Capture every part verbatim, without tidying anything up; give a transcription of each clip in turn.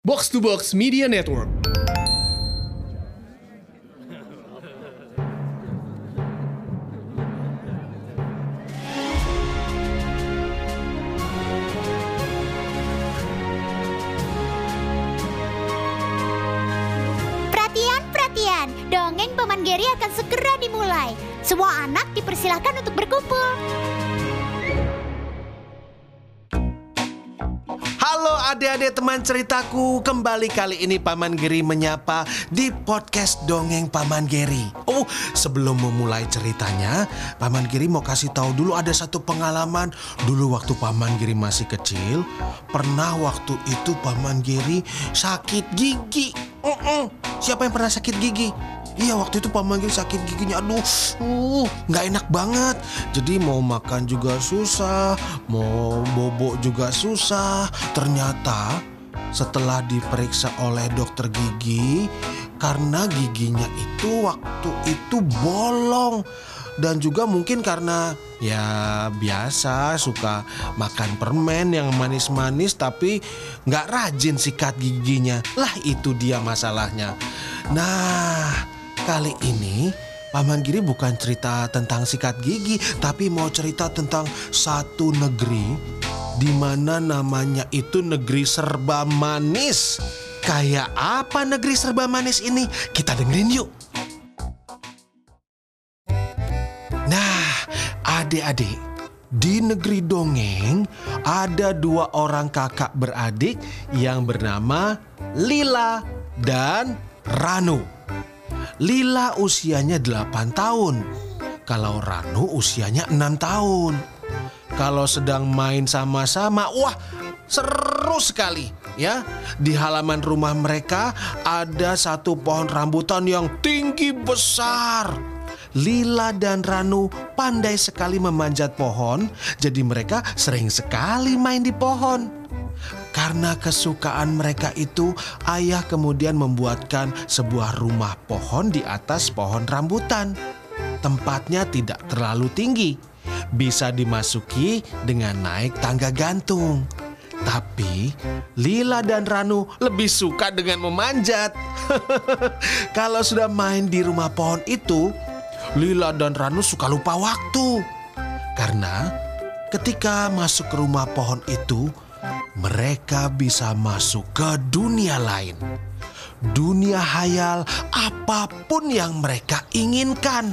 Box to Box Media Network. Perhatian, dongeng Paman Geri akan segera dimulai. Semua anak dipersilahkan untuk berkumpul. Halo adik-adik teman ceritaku, kembali kali ini Paman Geri menyapa di podcast Dongeng Paman Geri. Oh, sebelum memulai ceritanya, Paman Geri mau kasih tahu dulu ada satu pengalaman. Dulu waktu Paman Geri masih kecil, pernah waktu itu Paman Geri sakit gigi. Uh-uh. Siapa yang pernah sakit gigi? Iya, waktu itu Paman Geri sakit giginya. Aduh, uh, gak enak banget. Jadi mau makan juga susah, mau bobo juga susah. Ternyata setelah diperiksa oleh dokter gigi, karena giginya itu waktu itu bolong. Dan juga mungkin karena ya biasa suka makan permen yang manis-manis tapi gak rajin sikat giginya. Lah itu dia masalahnya. Nah, kali ini Paman Geri bukan cerita tentang sikat gigi, tapi mau cerita tentang satu negeri di mana namanya itu negeri serba manis. Kayak apa negeri serba manis ini? Kita dengerin yuk. Nah, adik-adik, di negeri dongeng ada dua orang kakak beradik yang bernama Lila dan Ranu. Lila usianya delapan tahun, kalau Ranu usianya enam tahun. Kalau sedang main sama-sama, wah seru sekali ya. Di halaman rumah mereka ada satu pohon rambutan yang tinggi besar. Lila dan Ranu pandai sekali memanjat pohon, jadi mereka sering sekali main di pohon. Karena kesukaan mereka itu, ayah kemudian membuatkan sebuah rumah pohon di atas pohon rambutan. Tempatnya tidak terlalu tinggi, bisa dimasuki dengan naik tangga gantung. Tapi Lila dan Ranu lebih suka dengan memanjat. Kalau sudah main di rumah pohon itu, Lila dan Ranu suka lupa waktu. Karena ketika masuk ke rumah pohon itu, mereka bisa masuk ke dunia lain. Dunia hayal apapun yang mereka inginkan.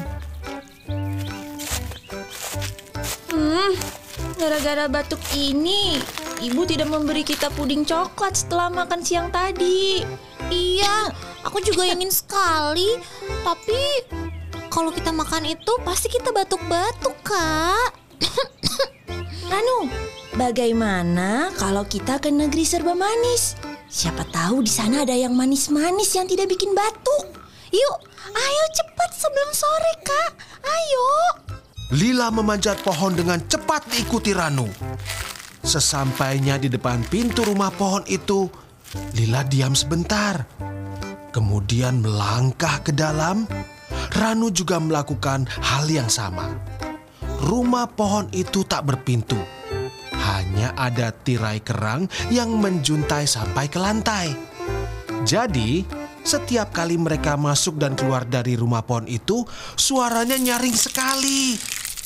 Hmm, gara-gara batuk ini, ibu tidak memberi kita puding coklat setelah makan siang tadi. Iya, aku juga ingin sekali. Tapi kalau kita makan itu pasti kita batuk-batuk, Kak. Ranu, bagaimana kalau kita ke negeri serba manis? Siapa tahu di sana ada yang manis-manis yang tidak bikin batuk. Yuk, ayo cepat sebelum sore, Kak. Ayo. Lila memanjat pohon dengan cepat diikuti Ranu. Sesampainya di depan pintu rumah pohon itu, Lila diam sebentar. Kemudian melangkah ke dalam. Ranu juga melakukan hal yang sama. Rumah pohon itu tak berpintu. Hanya ada tirai kerang yang menjuntai sampai ke lantai. Jadi, setiap kali mereka masuk dan keluar dari rumah pohon itu, suaranya nyaring sekali.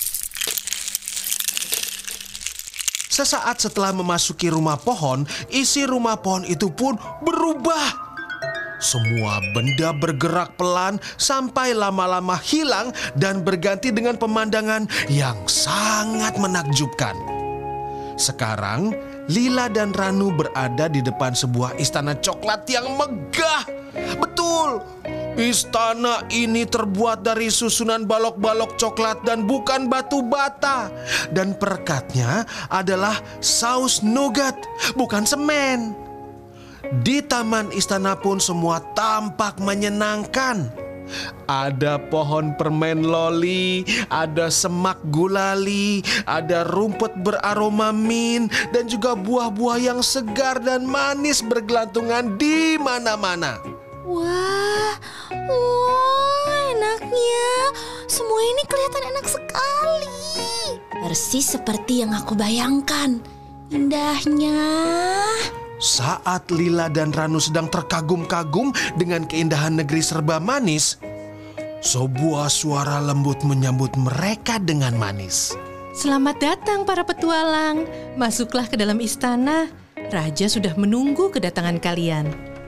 Sesaat setelah memasuki rumah pohon, isi rumah pohon itu pun berubah. Semua benda bergerak pelan sampai lama-lama hilang dan berganti dengan pemandangan yang sangat menakjubkan. Sekarang, Lila dan Ranu berada di depan sebuah istana coklat yang megah. Betul, istana ini terbuat dari susunan balok-balok coklat dan bukan batu bata. Dan perekatnya adalah saus nougat, bukan semen. Di taman istana pun semua tampak menyenangkan. Ada pohon permen loli, ada semak gulali, ada rumput beraroma mint, dan juga buah-buah yang segar dan manis bergelantungan di mana-mana. Wah, wah, enaknya. Semua ini kelihatan enak sekali. Persis seperti yang aku bayangkan. Indahnya. Saat Lila dan Ranu sedang terkagum-kagum dengan keindahan negeri serba manis, sebuah suara lembut menyambut mereka dengan manis. Selamat datang para petualang. Masuklah ke dalam istana. Raja sudah menunggu kedatangan kalian.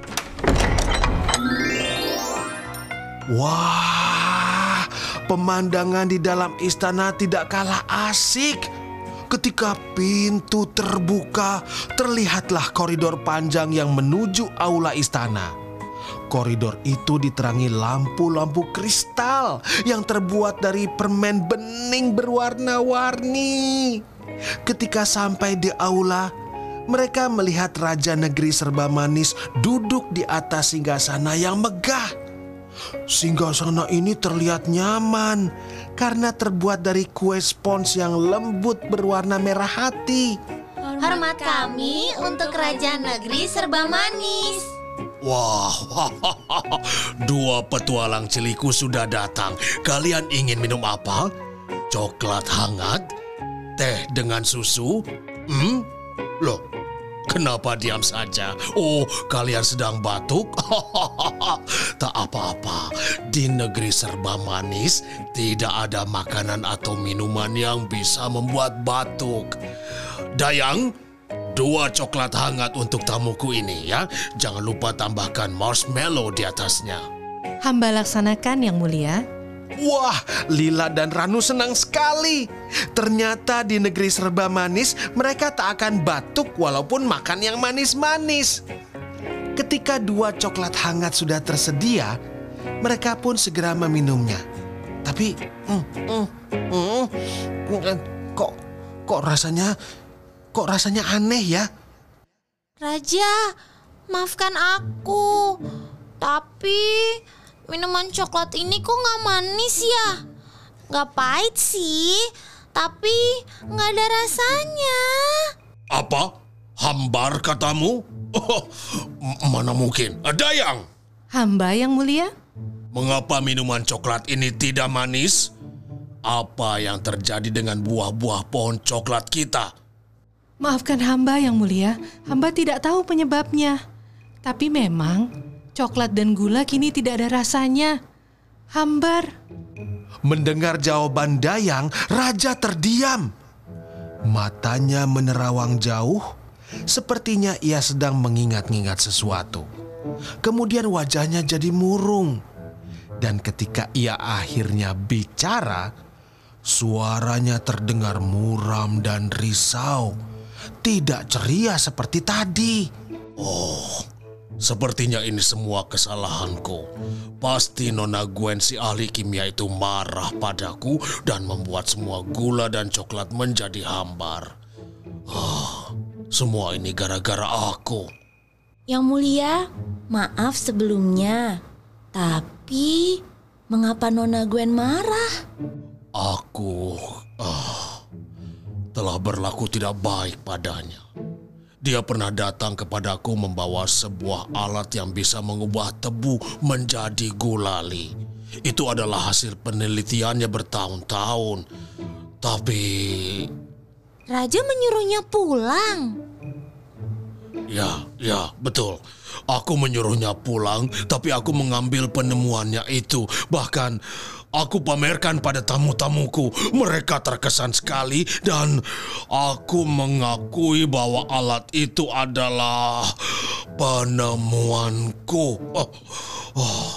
Wah, pemandangan di dalam istana tidak kalah asik. Ketika pintu terbuka, terlihatlah koridor panjang yang menuju aula istana. Koridor itu diterangi lampu-lampu kristal yang terbuat dari permen bening berwarna-warni. Ketika sampai di aula, mereka melihat Raja Negeri Serba Manis duduk di atas singgasana yang megah. Singgasana ini terlihat nyaman karena terbuat dari kue spons yang lembut berwarna merah hati. Hormat kami untuk Raja Negeri Serba Manis. Wah, dua petualang ciliku sudah datang. Kalian ingin minum apa? Coklat hangat? Teh dengan susu? Hmm? Loh, kenapa diam saja? Oh, kalian sedang batuk? Tak apa-apa. Di negeri serba manis, tidak ada makanan atau minuman yang bisa membuat batuk. Dayang, dua coklat hangat untuk tamuku ini ya. Jangan lupa tambahkan marshmallow di atasnya. Hamba laksanakan, Yang Mulia. Wah, Lila dan Ranu senang sekali. Ternyata di negeri serba manis mereka tak akan batuk walaupun makan yang manis-manis. Ketika dua coklat hangat sudah tersedia, mereka pun segera meminumnya. Tapi, mm, mm, mm, mm, kok, kok rasanya, kok rasanya aneh ya? Raja, maafkan aku. Tapi minuman coklat ini kok gak manis ya? Gak pahit sih, tapi gak ada rasanya. Apa? Hambar katamu? Oh, mana mungkin? Dayang! Hamba, Yang Mulia. Mengapa minuman coklat ini tidak manis? Apa yang terjadi dengan buah-buah pohon coklat kita? Maafkan hamba, Yang Mulia. Hamba tidak tahu penyebabnya. Tapi memang coklat dan gula kini tidak ada rasanya. Hambar. Mendengar jawaban Dayang, Raja terdiam. Matanya menerawang jauh, sepertinya ia sedang mengingat-ingat sesuatu. Kemudian wajahnya jadi murung. Dan ketika ia akhirnya bicara, suaranya terdengar muram dan risau. Tidak ceria seperti tadi. Oh, sepertinya ini semua kesalahanku. Pasti Nona Gwen si ahli kimia itu marah padaku dan membuat semua gula dan coklat menjadi hambar. Ah, semua ini gara-gara aku. Yang Mulia, maaf sebelumnya. Tapi, mengapa Nona Gwen marah? Aku ah, telah berlaku tidak baik padanya. Dia pernah datang kepadaku membawa sebuah alat yang bisa mengubah tebu menjadi gulali. Itu adalah hasil penelitiannya bertahun-tahun. Tapi... Raja menyuruhnya pulang. Ya, ya, betul. Aku menyuruhnya pulang, tapi aku mengambil penemuannya itu. Bahkan aku pamerkan pada tamu-tamuku. Mereka terkesan sekali dan aku mengakui bahwa alat itu adalah penemuanku. Oh, oh.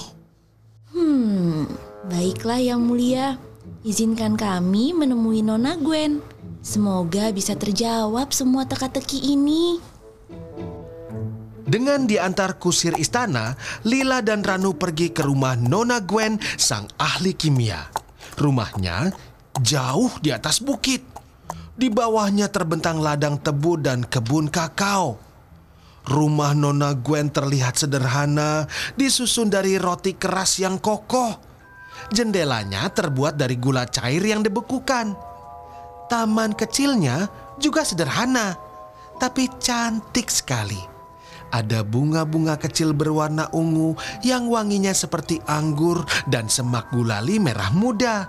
Hmm, baiklah Yang Mulia. Izinkan kami menemui Nona Gwen. Semoga bisa terjawab semua teka-teki ini. Dengan diantar kusir istana, Lila dan Ranu pergi ke rumah Nona Gwen, sang ahli kimia. Rumahnya jauh di atas bukit. Di bawahnya terbentang ladang tebu dan kebun kakao. Rumah Nona Gwen terlihat sederhana, disusun dari roti keras yang kokoh. Jendelanya terbuat dari gula cair yang dibekukan. Taman kecilnya juga sederhana, tapi cantik sekali. Ada bunga-bunga kecil berwarna ungu yang wanginya seperti anggur dan semak gulali merah muda.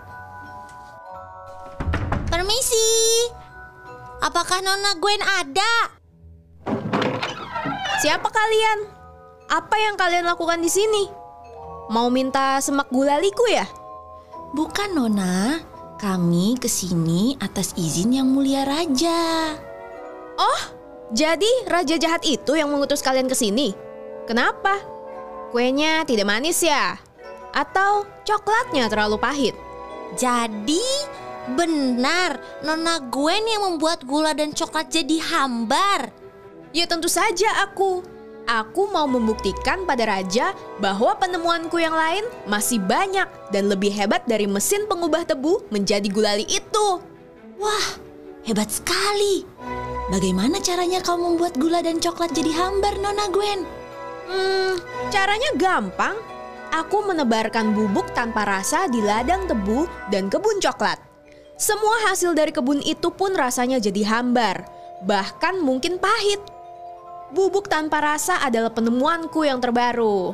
Permisi, apakah Nona Gwen ada? Siapa kalian? Apa yang kalian lakukan di sini? Mau minta semak gulaliku ya? Bukan, Nona. Kami kesini atas izin Yang Mulia Raja. Oh, jadi raja jahat itu yang mengutus kalian ke sini? Kenapa? Kuenya tidak manis ya? Atau coklatnya terlalu pahit? Jadi benar Nona Gwen yang membuat gula dan coklat jadi hambar. Ya tentu saja aku. Aku mau membuktikan pada raja bahwa penemuanku yang lain masih banyak dan lebih hebat dari mesin pengubah tebu menjadi gulali itu. Wah, hebat sekali. Bagaimana caranya kau membuat gula dan coklat jadi hambar, Nona Gwen? Hmm, caranya gampang. Aku menebarkan bubuk tanpa rasa di ladang tebu dan kebun coklat. Semua hasil dari kebun itu pun rasanya jadi hambar, bahkan mungkin pahit. Bubuk tanpa rasa adalah penemuanku yang terbaru.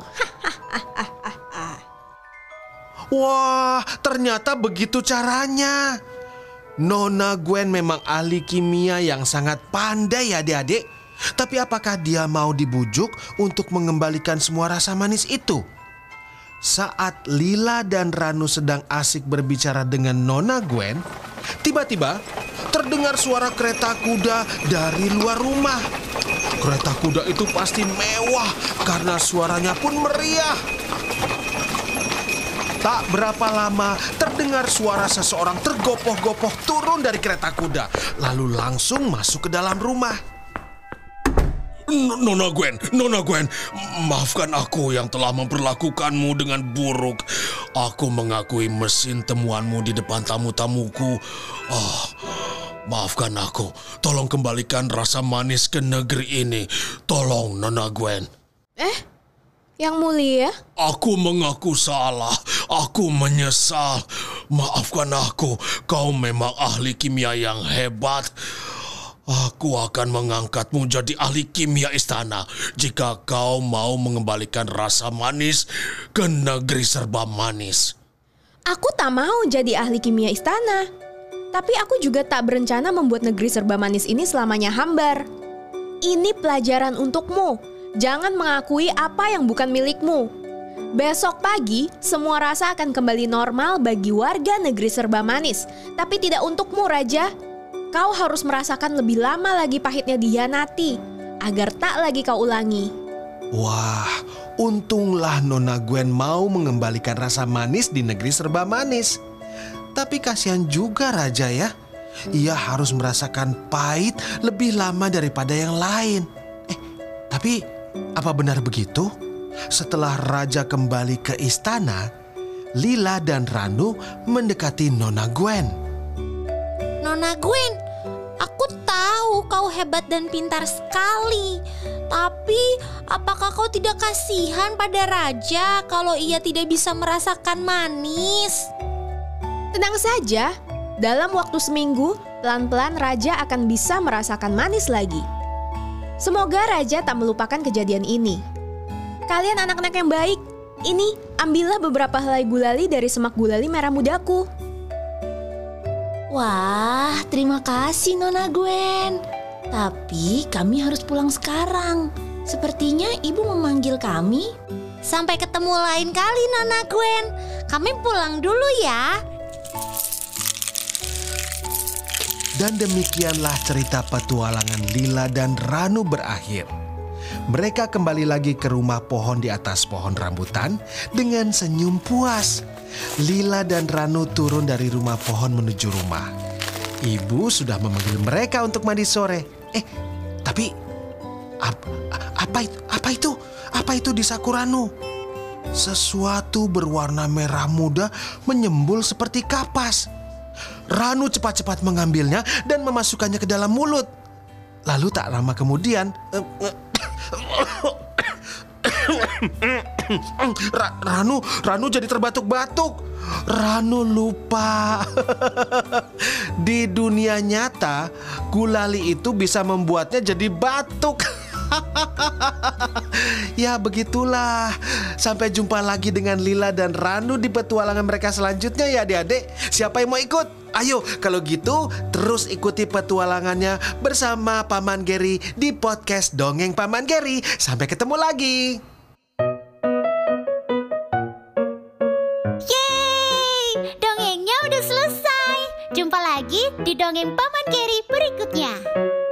Wah, ternyata begitu caranya. Nona Gwen memang ahli kimia yang sangat pandai adik-adik. Tapi apakah dia mau dibujuk untuk mengembalikan semua rasa manis itu? Saat Lila dan Ranu sedang asik berbicara dengan Nona Gwen, tiba-tiba terdengar suara kereta kuda dari luar rumah. Kereta kuda itu pasti mewah karena suaranya pun meriah. Tak berapa lama terdengar suara seseorang tergopoh-gopoh turun dari kereta kuda, lalu langsung masuk ke dalam rumah. Nona Gwen, Nona Gwen, maafkan aku yang telah memperlakukanmu dengan buruk. Aku mengakui mesin temuanmu di depan tamu-tamuku. Oh, maafkan aku. Tolong kembalikan rasa manis ke negeri ini. Tolong, Nona Gwen. Eh, Yang Mulia? Aku mengaku salah. Aku menyesal. Maafkan aku. Kau memang ahli kimia yang hebat. Aku akan mengangkatmu jadi ahli kimia istana jika kau mau mengembalikan rasa manis ke negeri serba manis. Aku tak mau jadi ahli kimia istana. Tapi aku juga tak berencana membuat negeri serba manis ini selamanya hambar. Ini pelajaran untukmu. Jangan mengakui apa yang bukan milikmu. Besok pagi, semua rasa akan kembali normal bagi warga negeri serba manis. Tapi tidak untukmu, Raja. Kau harus merasakan lebih lama lagi pahitnya dihianati, agar tak lagi kau ulangi. Wah, untunglah Nona Gwen mau mengembalikan rasa manis di negeri serba manis. Tapi kasihan juga Raja ya. Ia harus merasakan pahit lebih lama daripada yang lain. Eh, tapi apa benar begitu? Setelah Raja kembali ke istana, Lila dan Ranu mendekati Nona Gwen. Nona Gwen, aku tahu kau hebat dan pintar sekali. Tapi apakah kau tidak kasihan pada raja kalau ia tidak bisa merasakan manis? Tenang saja, dalam waktu seminggu, pelan-pelan raja akan bisa merasakan manis lagi. Semoga raja tak melupakan kejadian ini. Kalian anak-anak yang baik, ini ambillah beberapa helai gulali dari semak gulali merah mudaku. Wah, terima kasih Nona Gwen. Tapi kami harus pulang sekarang. Sepertinya ibu memanggil kami. Sampai ketemu lain kali Nona Gwen. Kami pulang dulu ya. Dan demikianlah cerita petualangan Lila dan Ranu berakhir. Mereka kembali lagi ke rumah pohon di atas pohon rambutan dengan senyum puas. Lila dan Ranu turun dari rumah pohon menuju rumah. Ibu sudah memanggil mereka untuk mandi sore. Eh, tapi ap, apa itu? Apa itu? Apa itu di saku Ranu? Sesuatu berwarna merah muda menyembul seperti kapas. Ranu cepat-cepat mengambilnya dan memasukkannya ke dalam mulut. Lalu tak lama kemudian, Ranu, Ranu jadi terbatuk-batuk. Ranu lupa. Di dunia nyata, gulali itu bisa membuatnya jadi batuk. Ya begitulah. Sampai jumpa lagi dengan Lila dan Ranu di petualangan mereka selanjutnya ya adik-adik. Siapa yang mau ikut? Ayo, kalau gitu terus ikuti petualangannya bersama Paman Geri di podcast Dongeng Paman Geri. Sampai ketemu lagi. Yeay, dongengnya udah selesai. Jumpa lagi di Dongeng Paman Geri berikutnya.